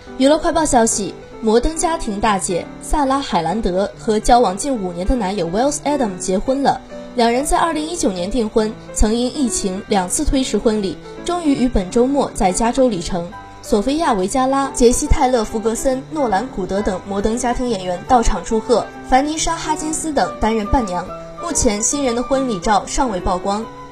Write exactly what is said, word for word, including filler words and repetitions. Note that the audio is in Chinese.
娱乐快报消息，摩登家庭大姐萨拉·海兰德和交往近五年的男友 Wells Adam 结婚了。两人在二零一九年订婚，曾因疫情两次推迟婚礼，终于于本周末在加州礼成。索菲亚·维加拉、杰西·泰勒·弗格森、诺兰·古德等摩登家庭演员到场祝贺，凡妮莎·哈金斯等担任伴娘。目前新人的婚礼照尚未曝光。